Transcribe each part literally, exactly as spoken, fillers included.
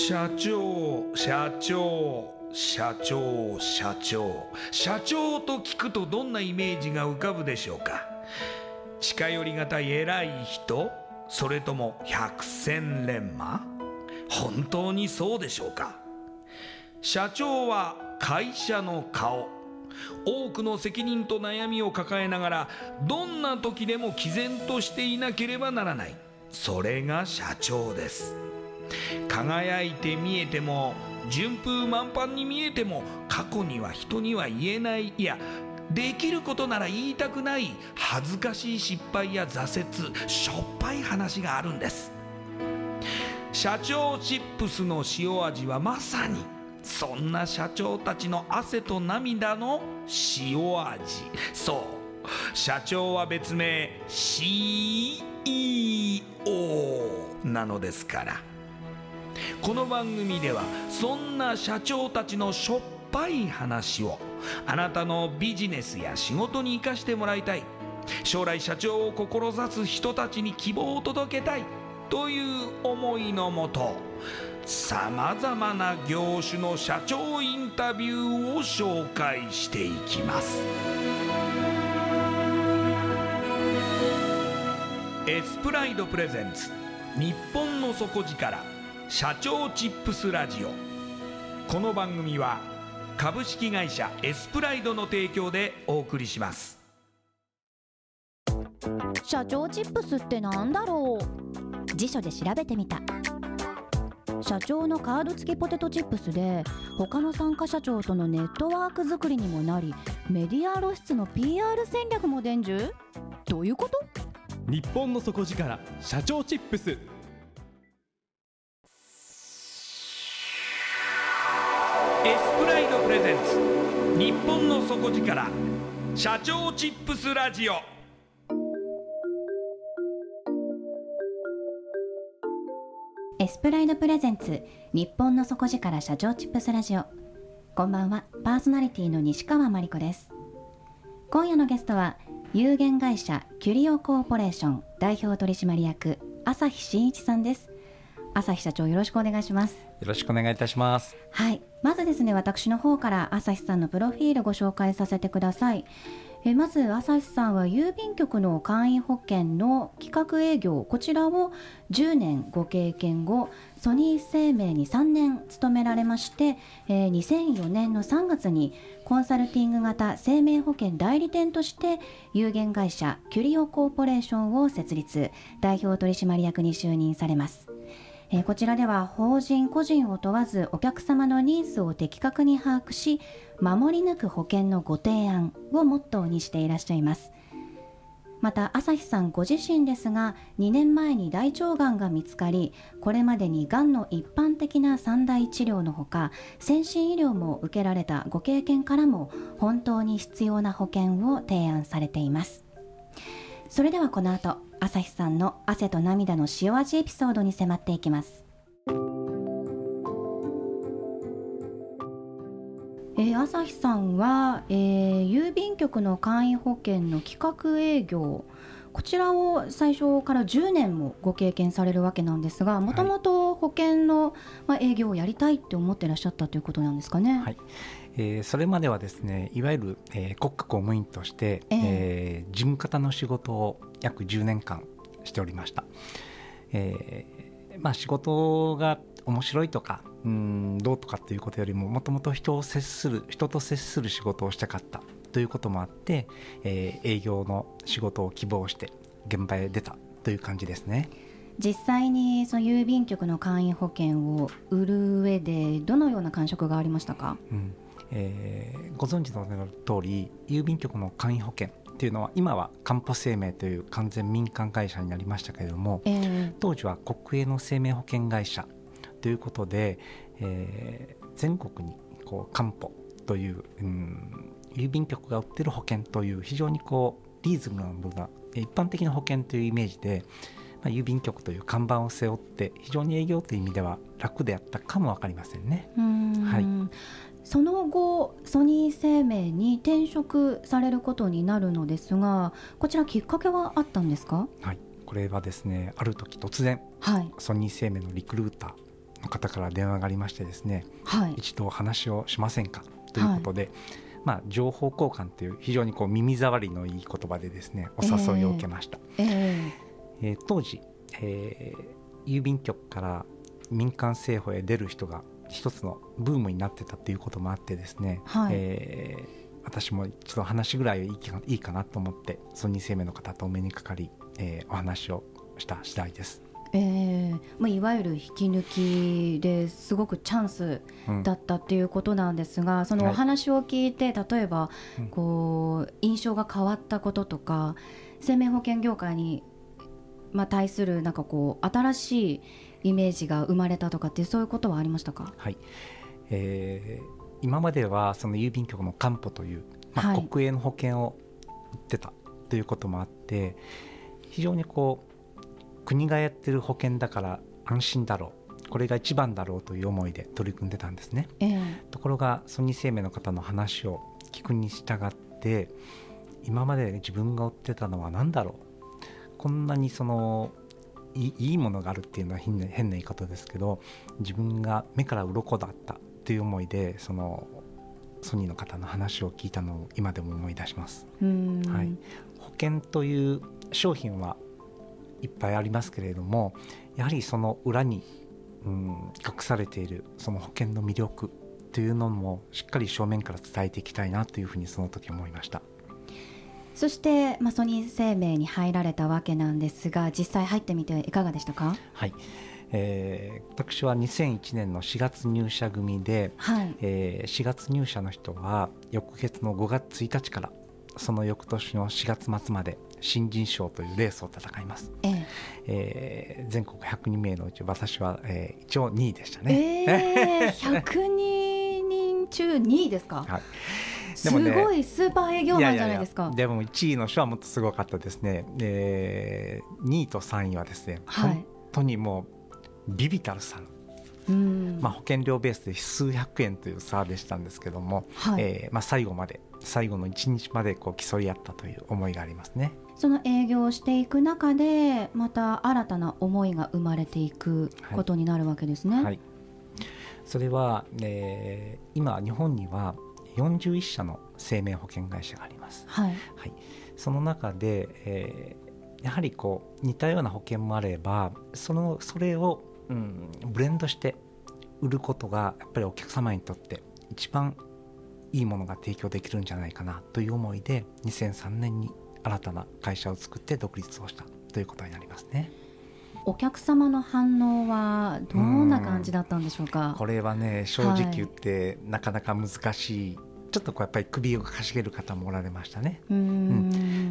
社長社長社長社長社長と聞くとどんなイメージが浮かぶでしょうか。近寄りがたい偉い人、それとも百戦錬磨。本当にそうでしょうか。社長は会社の顔、多くの責任と悩みを抱えながらどんな時でも毅然としていなければならない、それが社長です。輝いて見えても順風満帆に見えても、過去には人には言えない、いやできることなら言いたくない恥ずかしい失敗や挫折、しょっぱい話があるんです。社長チップスの塩味はまさにそんな社長たちの汗と涙の塩味。そう社長は別名 シーイーオー なのですから。この番組ではそんな社長たちのしょっぱい話をあなたのビジネスや仕事に生かしてもらいたい、将来社長を志す人たちに希望を届けたいという思いのもと、さまざまな業種の社長インタビューを紹介していきます。エスプライドプレゼンツ日本の底力社長チップスラジオ。この番組は株式会社エスプライドの提供でお送りします。 社長チップスってなんだろう。辞書で調べてみた。社長のカード付きポテトチップスで、他の参加社長とのネットワーク作りにもなり、メディア露出の ピーアール 戦略も伝授。どういうこと？ 日本の底力社長チップス。 エスプライドプレゼンツ日本の底力社長チップスラジオ。 エスプライドプレゼンツ日本の底力社長チップスラジオ。こんばんは、パーソナリティの西川真理子です。今夜のゲストは有限会社キュリオコーポレーション代表取締役朝日真一さんです。朝日社長、よろしくお願いします。 よろしくお願いいたします。 はい、まずですね、私の方から朝日さんのプロフィールご紹介させてください。えまず朝日さんは郵便局の簡易保険の企画営業、こちらをじゅうねんご経験後、ソニー生命にさんねん勤められまして、えー、にせんよねんのさんがつにコンサルティング型生命保険代理店として有限会社キュリオコーポレーションを設立、代表取締役に就任されます。えー、こちらでは法人個人を問わずお客様のニーズを的確に把握し、守り抜く保険のご提案をモットーにしていらっしゃいます。また朝日さんご自身ですが、にねんまえに大腸がんが見つかり、これまでにがんの一般的な三大治療のほか先進医療も受けられたご経験からも、本当に必要な保険を提案されています。それではこの後、朝日さんの汗と涙の塩味エピソードに迫っていきます。えー、朝日さんは、えー、郵便局の簡易保険の企画営業、こちらを最初からじゅうねんもご経験されるわけなんですが、もともと保険の、まあ、営業をやりたいって思ってらっしゃったということなんですかね。 はい、えー、それまではですね、いわゆる、えー、国家公務員として、えーえー、事務方の仕事を約じゅうねんかんしておりました。えーまあ、仕事が面白いとかうんどうとかっていうことよりも、もともと人を接する人と接する仕事をしたかったということもあって、えー、営業の仕事を希望して現場へ出たという感じですね。 実際にその郵便局の簡易保険を売る上でどのような感触がありましたか？ うんえー、ご存知の通り、郵便局の簡易保険っていうのは今はかんぽ生命という完全民間会社になりましたけれども、えー、当時は国営の生命保険会社ということで、えー、全国にこうかんぽという、うん、郵便局が売ってる保険という非常にこうリーズナブルな一般的な保険というイメージで、まあ、郵便局という看板を背負って非常に営業という意味では楽であったかも分かりませんね。 うーん、はい、その後ソニー生命に転職されることになるのですが、こちらきっかけはあったんですか？ はい、これはですね、ある時突然、はい、ソニー生命のリクルーターの方から電話がありましてですね、 はい、 一度話をしませんかということで、はい、まあ、情報交換という非常にこう耳障りのいい言葉でですねお誘いを受けました。えーえーえー、当時、えー、郵便局から民間政府へ出る人が一つのブームになってたということもあってですね、はい、えー、私も一度話ぐらいいいか、いいかなと思ってソニー生命の方とお目にかかり、えー、お話をした次第です。 えーまあ、いわゆる引き抜きですごくチャンスだったっていうことなんですが、うん、そのお話を聞いて、はい、例えばこう印象が変わったこととか、生命保険業界に、まあ、対するなんかこう新しいイメージが生まれたとかっていうそういうことはありましたか？ はい、えー、今まではその郵便局のかんぽという、まあ、国営の保険を売ってたということもあって、はい、非常にこう国がやってる保険だから安心だろう、これが一番だろうという思いで取り組んでたんですね、えー、ところがソニー生命の方の話を聞くに従って今まで自分が売ってたのは何だろう、こんなにそのい い, いいものがあるっていうのは変な、変な言い方ですけど、自分が目から鱗だったという思いでそのソニーの方の話を聞いたのを今でも思い出します。うーん、はい、保険という商品はいっぱいありますけれども、やはりその裏に、うん、隠されているその保険の魅力というのもしっかり正面から伝えていきたいなというふうにその時思いました。 そして、まあ、ソニー生命に入られたわけなんですが、実際入ってみていかがでしたか？ はい、えー、私はにせんいちねんのしがつ入社組で、はい、えー、しがつ入社の人は翌月のごがつついたちからその翌年のしがつ末まで新人賞というレースを戦います、えええー、全国ひゃくにんめいのうち私は、えー、一応にいでしたね、 えー、ひゃくにん中にいですか？はい、でもね、すごいスーパー営業マンじゃないですか。いやいやいや、 でもいちいの人はもっとすごかったですね、えー、にいとさんいはですね、はい、本当にもうビビたる差の、うん、まあ、保険料ベースで数百円という差でしたんですけども、はい、えーまあ、最後まで最後のいちにちまでこう競い合ったという思いがありますね。 その営業をしていく中でまた新たな思いが生まれていくことになるわけですね。はいはい、 それは、えー、今日本にはよんじゅういっしゃの生命保険会社があります。はいはい、その中で、えー、やはりこう似たような保険もあれば その、それを、うん、ブレンドして売ることがやっぱりお客様にとって一番いいものが提供できるんじゃないかなという思いでにせんさんねんに新たな会社を作って独立をしたということになりますね。 お客様の反応はどんな感じだったんでしょうか？ これはね、正直言ってなかなか難しい、はい、ちょっとこうやっぱり首をかしげる方もおられましたね。うーん、うん、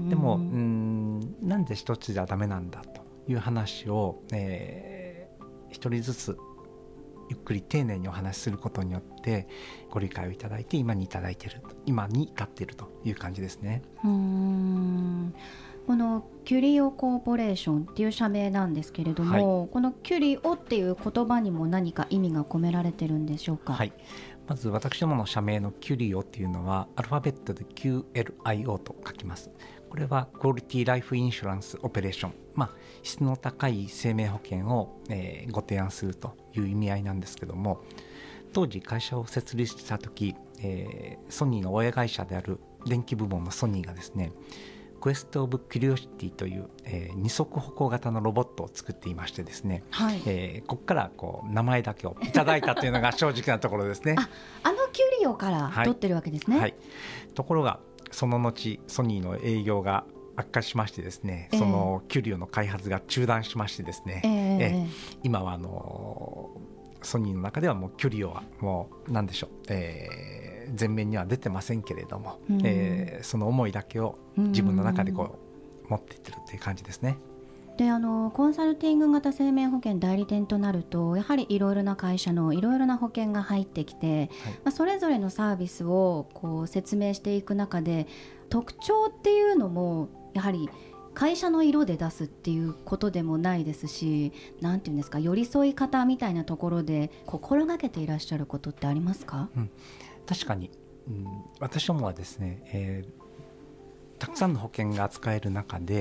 でもうーんなんで一つじゃダメなんだという話を、えー、一人ずつゆっくり丁寧にお話しすることによってご理解をいただいて今にいただいている今に至っているという感じですね。 うーん、このキュリオコーポレーションっていう社名なんですけれども、はい、このキュリオっていう言葉にも何か意味が込められてるんでしょうか？ はい、まず私どもの社名のキュリオっていうのはアルファベットで キューエルアイオー と書きます。これはクオリティライフインシュランスオペレーション、まあ、質の高い生命保険を、えー、ご提案するという意味合いなんですけども、当時会社を設立した時、えー、ソニーの親会社である電気部門のソニーがですね、クエストオブキュリオシティという、えー、二足歩行型のロボットを作っていましてですね、はい、えー、ここからこう名前だけをいただいたというのが正直なところですね。 あ, あのキュリオから取ってるわけですね。はいはい、 ところがその後ソニーの営業が悪化しましてですね、えー、そのキュリオの開発が中断しましてですね、えーえー、今はあのソニーの中ではもうキュリオはもう何でしょう、えー、前面には出てませんけれども、うん、えー、その思いだけを自分の中でこう持っていってるっていう感じですね。 であのコンサルティング型生命保険代理店となるとやはりいろいろな会社のいろいろな保険が入ってきて、はい、まあ、それぞれのサービスをこう説明していく中で特徴っていうのもやはり会社の色で出すっていうことでもないですし、なんていうんですか、寄り添い方みたいなところで心がけていらっしゃることってありますか？ うん、確かに、うん、私どもはですね、えー、たくさんの保険が扱える中で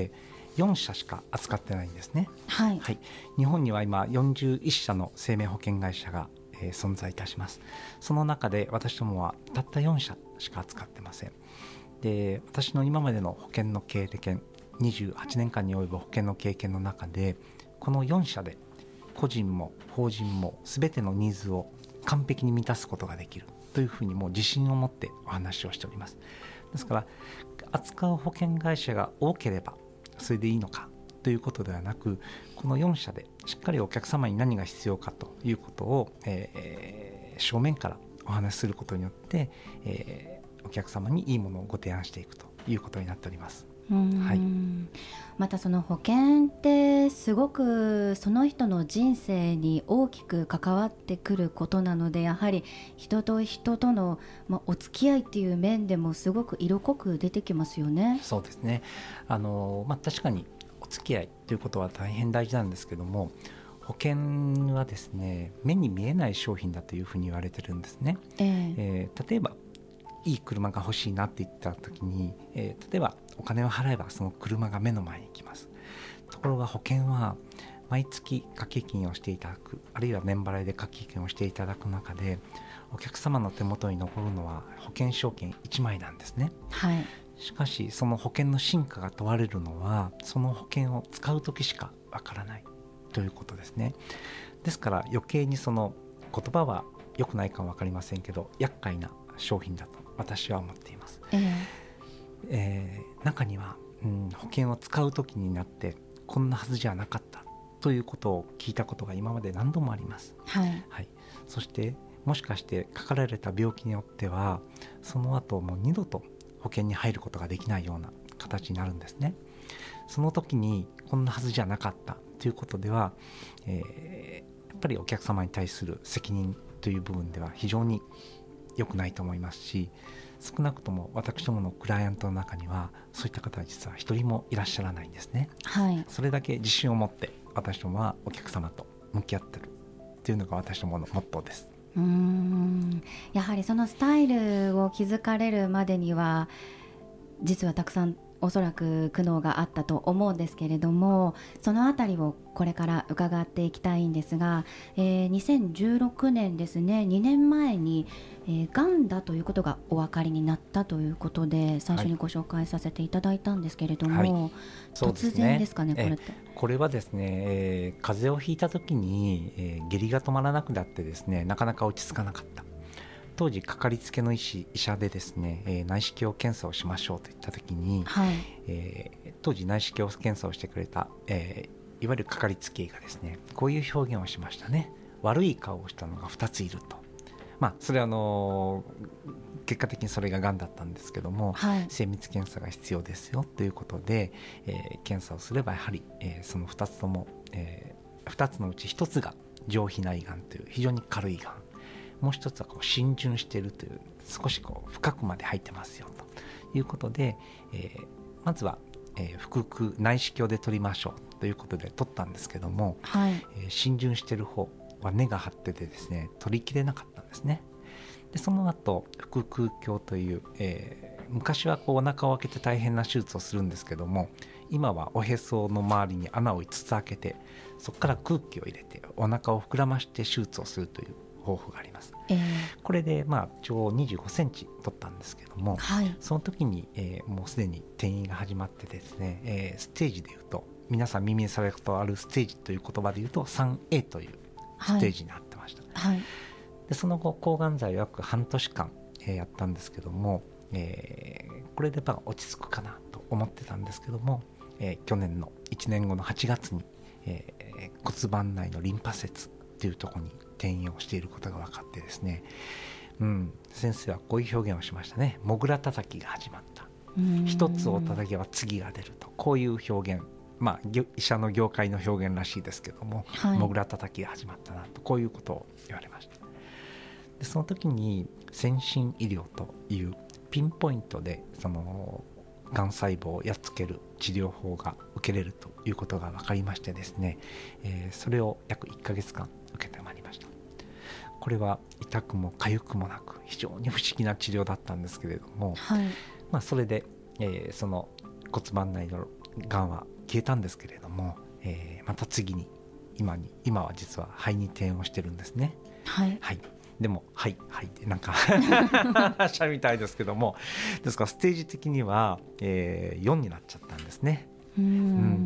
よんしゃしか扱ってないんですね。 はい、 はい、日本には今よんじゅういっしゃの生命保険会社が、えー、存在いたします。その中で私どもはたったよんしゃしか扱ってません。で、私の今までの保険の経験、にじゅうはちねんかんに及ぶ保険の経験の中で、このよんしゃで個人も法人も全てのニーズを完璧に満たすことができるというふうにもう自信を持ってお話をしております。ですから扱う保険会社が多ければそれでいいのかということではなく、このよんしゃでしっかりお客様に何が必要かということを、えー、正面からお話しすることによって、えー、お客様にいいものをご提案していくということになっております。 うん、はい、またその保険ってすごくその人の人生に大きく関わってくることなので、やはり人と人との、まあ、お付き合いっていう面でもすごく色濃く出てきますよね。 そうですね。あの、まあ、確かにお付き合いということは大変大事なんですけども、保険はですね、目に見えない商品だというふうに言われてるんですね。えーえー、例えばいい車が欲しいなって言った時に、えー、例えばお金を払えばその車が目の前に来ます。ところが保険は毎月掛け金をしていただく、あるいは年払いで掛け金をしていただく中で、お客様の手元に残るのは保険証券いちまいなんですね。はい、しかしその保険の真価が問われるのはその保険を使う時しかわからないということですね。ですから余計にその言葉は良くないかも分かりませんけど、厄介な商品だと私は思っています。えーえー、中には、うん、保険を使う時になってこんなはずじゃなかったということを聞いたことが今まで何度もあります。はいはい、そしてもしかしてかかられた病気によってはその後もう二度と保険に入ることができないような形になるんですね。その時にこんなはずじゃなかったということでは、えー、やっぱりお客様に対する責任という部分では非常に良くないと思いますし、少なくとも私どものクライアントの中にはそういった方は実は一人もいらっしゃらないんですね。はい、それだけ自信を持って私どもはお客様と向き合ってるというのが私どものモットーです。 うーん、やはりそのスタイルを築かれるまでには実はたくさんおそらく苦悩があったと思うんですけれども、そのあたりをこれから伺っていきたいんですが、えー、にせんじゅうろくねんですね、にねんまえに、えー、がんだということがお分かりになったということで最初にご紹介させていただいたんですけれども、はいはい、突然ですかね、これって。 これはですね、えー、風邪をひいた時に、えー、下痢が止まらなくなってですね、なかなか落ち着かなかった。当時かかりつけの医師医者でですね、えー、内視鏡検査をしましょうといった時に、はいえー、当時内視鏡検査をしてくれた、えー、いわゆるかかりつけ医がですね、こういう表現をしましたね。悪い顔をしたのがふたついると。まあそれはあのー、結果的にそれががんだったんですけども、はい、精密検査が必要ですよということで、えー、検査をすればやはり、えー、そのふたつとも、えー、ふたつのうちひとつが上皮内がんという非常に軽いがん、もう一つはこう浸潤しているという少しこう深くまで入ってますよということで、えー、まずは、えー、腹腔内視鏡で取りましょうということで取ったんですけども、はいえー、浸潤している方は根が張っててですね、取りきれなかったんですね。でその後腹腔鏡という、えー、昔はこうお腹を開けて大変な手術をするんですけども、今はおへその周りに穴をいつつ開けてそこから空気を入れてお腹を膨らまして手術をするという方法があります。えー、これでまあちょうどにじゅうごセンチ取ったんですけども、はい、その時に、えー、もうすでに転移が始まってですね、えー、ステージでいうと皆さん耳にされることあるステージという言葉でいうと スリーエー というステージになってました。はいはい、でその後抗がん剤を約半年間、えー、やったんですけども、えー、これでまあ落ち着くかなと思ってたんですけども、えー、去年のいちねんごのはちがつに、えー、骨盤内のリンパ節というところに転移をしていることが分かってですね、うん、先生はこういう表現をしましたね。もぐらたたきが始まった。一つを叩けば次が出ると、こういう表現、まあ医者の業界の表現らしいですけども、はい、もぐらたたきが始まったなと、こういうことを言われました。でその時に先進医療というピンポイントでそのがん細胞をやっつける治療法が受けれるということが分かりましてですね、えー、それを約いっかげつかん受けてまいりました。これは痛くも痒くもなく非常に不思議な治療だったんですけれども、はいまあ、それで、えー、その骨盤内のがんは消えたんですけれども、えー、また次に今に今は実は肺に転用してるんですね。 はい、 はい、でもはいはいってなんかしゃみたいですけども、ですからステージ的には、えー、よんになっちゃったんですね。 うん、うん、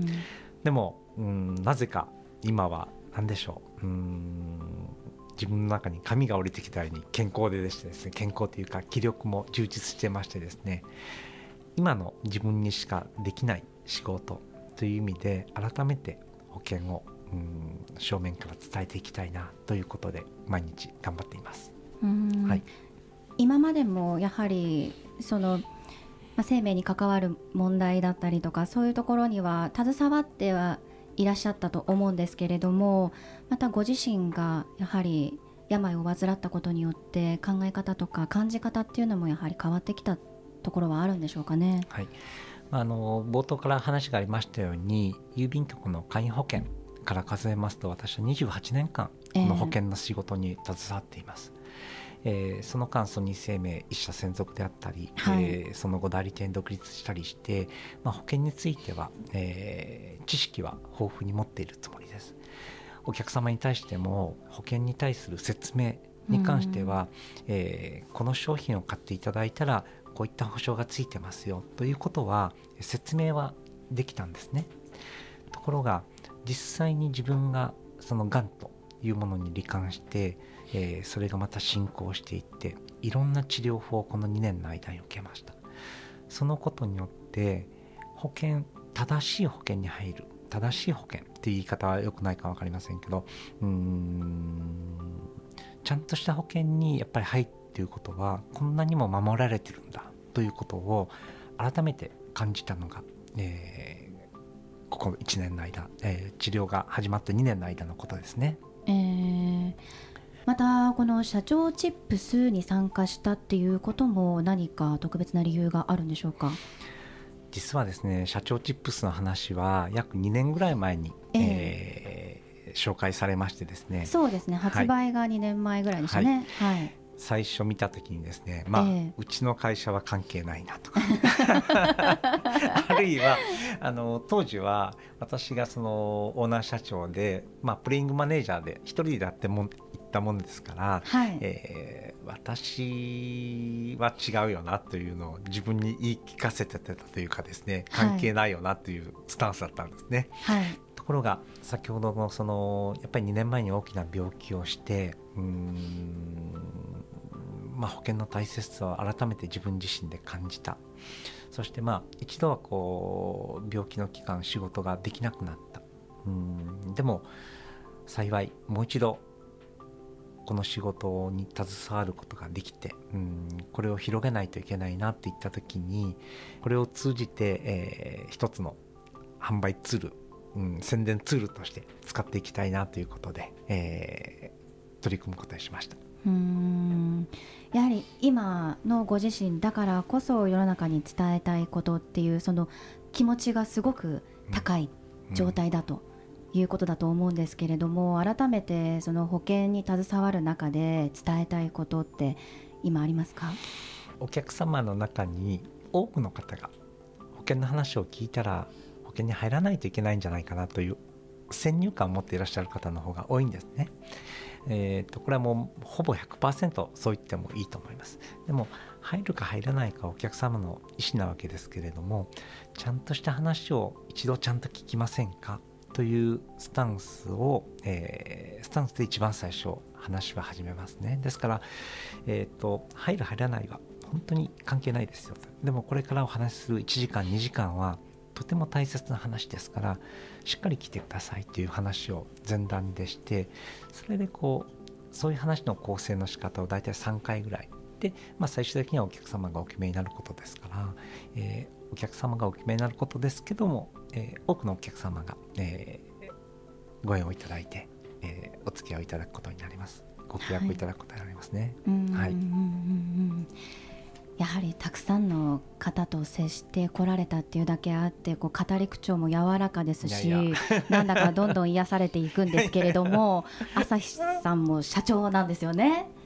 でも、うん、なぜか今は何でしょう、うーん自分の中に髪が降りてきたように健康ででしてですね、健康というか気力も充実してましてですね、今の自分にしかできない仕事という意味で改めて保険をうん正面から伝えていきたいなということで毎日頑張っています。 うん、はい、今までもやはりその、まあ、生命に関わる問題だったりとかそういうところには携わってはいらっしゃったと思うんですけれども、またご自身がやはり病を患ったことによって考え方とか感じ方っていうのもやはり変わってきたところはあるんでしょうかね。 はい、あの冒頭から話がありましたように郵便局の簡易保険から数えますと私はにじゅうはちねんかんこの保険の仕事に携わっています。えー、その間ソニー生命一社専属であったり、はい、えー、その後代理店独立したりして、まあ、保険については、えー、知識は豊富に持っているつもりです。お客様に対しても保険に対する説明に関しては、えー、この商品を買っていただいたらこういった保証がついてますよということは説明はできたんですね。ところが実際に自分がそのがんというものに罹患して、えー、それがまた進行していっていろんな治療法をこのにねんの間に受けました。そのことによって保険正しい保険に入る正しい保険っていう言い方は良くないか分かりませんけど、うーんちゃんとした保険にやっぱり入っていることはこんなにも守られてるんだということを改めて感じたのが、えー、ここいちねんの間、えー、治療が始まってにねんの間のことですね。 えー、またこの社長チップスに参加したっていうことも何か特別な理由があるんでしょうか。 実はですね、社長チップスの話は約にねんぐらい前に、えーえー、紹介されましてですね。 そうですね、発売がにねんまえぐらいでしたね。はいはい、 最初見た時にですね、まあ、えー、うちの会社は関係ないなとかあるいはあの当時は私がそのオーナー社長で、まあ、プレイングマネージャーで一人でやっても行ったものですから、はい、えー、私は違うよなというのを自分に言い聞かせてたというかですね、関係ないよなというスタンスだったんですね。はい、ところが先ほどのそのやっぱりにねんまえに大きな病気をしてうーんまあ、保険の大切さを改めて自分自身で感じた。そしてまあ一度はこう病気の期間仕事ができなくなった。うんでも幸いもう一度この仕事に携わることができて、うんこれを広げないといけないなっていった時にこれを通じて、えー、一つの販売ツール、うん、宣伝ツールとして使っていきたいなということで、えー、取り組むことにしました。 うーんやはり今のご自身だからこそ世の中に伝えたいことっていうその気持ちがすごく高い状態だということだと思うんですけれども、改めてその保険に携わる中で伝えたいことって今ありますか？ お客様の中に多くの方が保険の話を聞いたら保険に入らないといけないんじゃないかなという先入観を持っていらっしゃる方の方が多いんですね。えー、とこれはもうほぼ ひゃくパーセント そう言ってもいいと思います。でも入るか入らないかお客様の意思なわけですけれども、ちゃんとした話を一度ちゃんと聞きませんかというスタンスを、えー、スタンスで一番最初話は始めますね。ですから、えー、と入る入らないは本当に関係ないですよ。でもこれからお話しするいちじかんにじかんはとても大切な話ですからしっかり聞いてくださいという話を前段でして、それでこうそういう話の構成の仕方を大体さんかいぐらいで、まあ、最終的にはお客様がお決めになることですから、えー、お客様がお決めになることですけども、えー、多くのお客様が、えー、ご縁をいただいて、えー、お付き合いをいただくことになります。ご契約をいただくことになりますね。はい、はいやはりたくさんの方と接してこられたっていうだけあってこう語り口調も柔らかですし、いやいやなんだかどんどん癒されていくんですけれども朝日さんも社長なんですよね。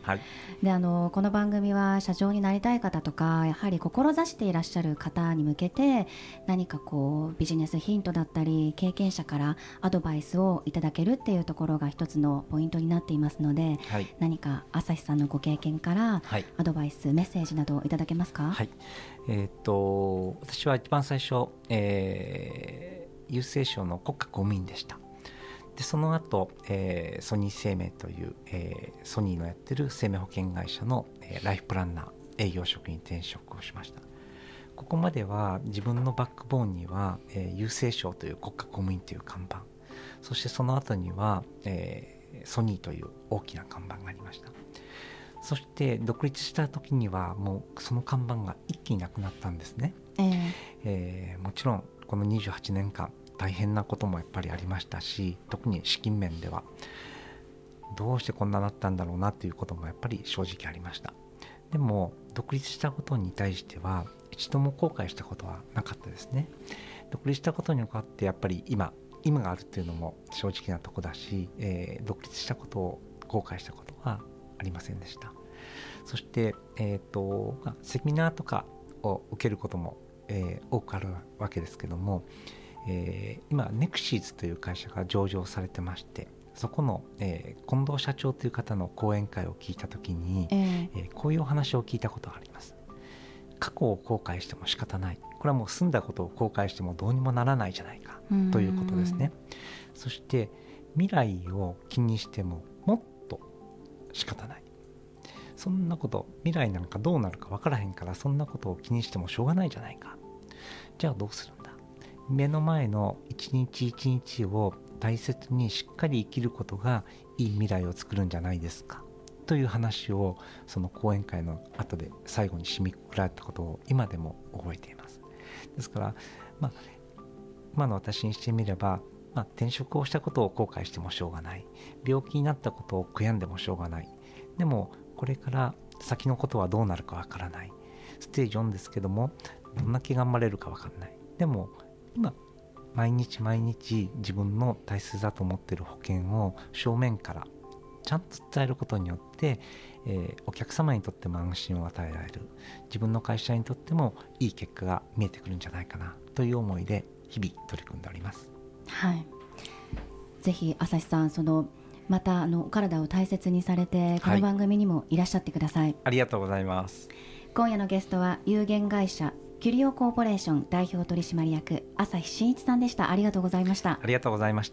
はい、 であのこの番組は社長になりたい方とかやはり志していらっしゃる方に向けて何かこうビジネスヒントだったり経験者からアドバイスをいただけるっていうところが一つのポイントになっていますので、はい、何か朝日さんのご経験からアドバイス、はい、メッセージなどいただけますか？ はい、えー、っと私は一番最初、えー、郵政省の国家公務員でした。でその後、えー、ソニー生命という、えー、ソニーのやってる生命保険会社の、えー、ライフプランナー営業職に転職をしました。ここまでは自分のバックボーンには、えー、郵政省という国家公務員という看板、そしてその後には、えー、ソニーという大きな看板がありました。そして独立した時にはもうその看板が一気になくなったんですね、えーえー、もちろんこのにじゅうはちねんかん大変なこともやっぱりありましたし、特に資金面ではどうしてこんななったんだろうなということもやっぱり正直ありました。でも独立したことに対しては一度も後悔したことはなかったですね。独立したことによってやっぱり今今があるっていうのも正直なとこだし、えー、独立したことを後悔したことはありませんでした。そして、えーとまあ、セミナーとかを受けることも、えー、多くあるわけですけども、えー、今ネクシーズという会社が上場されてまして、そこの、えー、近藤社長という方の講演会を聞いたときに、えーえー、こういうお話を聞いたことがあります。過去を後悔しても仕方ない、これはもう済んだことを後悔してもどうにもならないじゃないかということですね。そして未来を気にしてももっと仕方ない、そんなこと未来なんかどうなるか分からへんから、そんなことを気にしてもしょうがないじゃないか。じゃあどうするんだ。目の前の一日一日を大切にしっかり生きることがいい未来を作るんじゃないですかという話をその講演会の後で最後に締めくくられたことを今でも覚えています。ですから、まあ、今の私にしてみれば、まあ、転職をしたことを後悔してもしょうがない、病気になったことを悔やんでもしょうがない、でもこれから先のことはどうなるかわからない、ステージよんですけどもどんだけ頑張れるかわからない、でも今毎日毎日自分の大切だと思っている保険を正面からちゃんと伝えることによって、えー、お客様にとっても安心を与えられる、自分の会社にとってもいい結果が見えてくるんじゃないかなという思いで日々取り組んでおります。 はい、ぜひ朝日さん、そのまたあのお体を大切にされてこの番組にもいらっしゃってください、はい、 ありがとうございます。 今夜のゲストは有限会社キュリオコーポレーション代表取締役朝日真一さんでした。ありがとうございました。 ありがとうございました。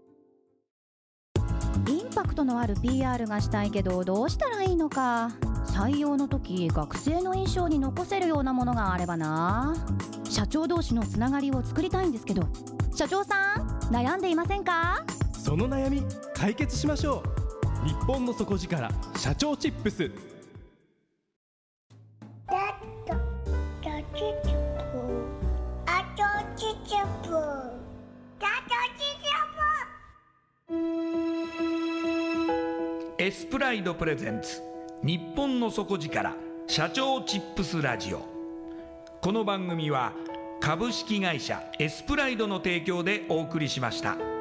インパクトのある ピーアール がしたいけどどうしたらいいのか。採用の時学生の印象に残せるようなものがあればな。社長同士のつながりを作りたいんですけど、社長さん悩んでいませんか？ その悩み解決しましょう。日本の底力社長チップス。 エスプライドプレゼンツ日本の底力社長チップスラジオ。この番組は株式会社エスプライドの提供でお送りしました。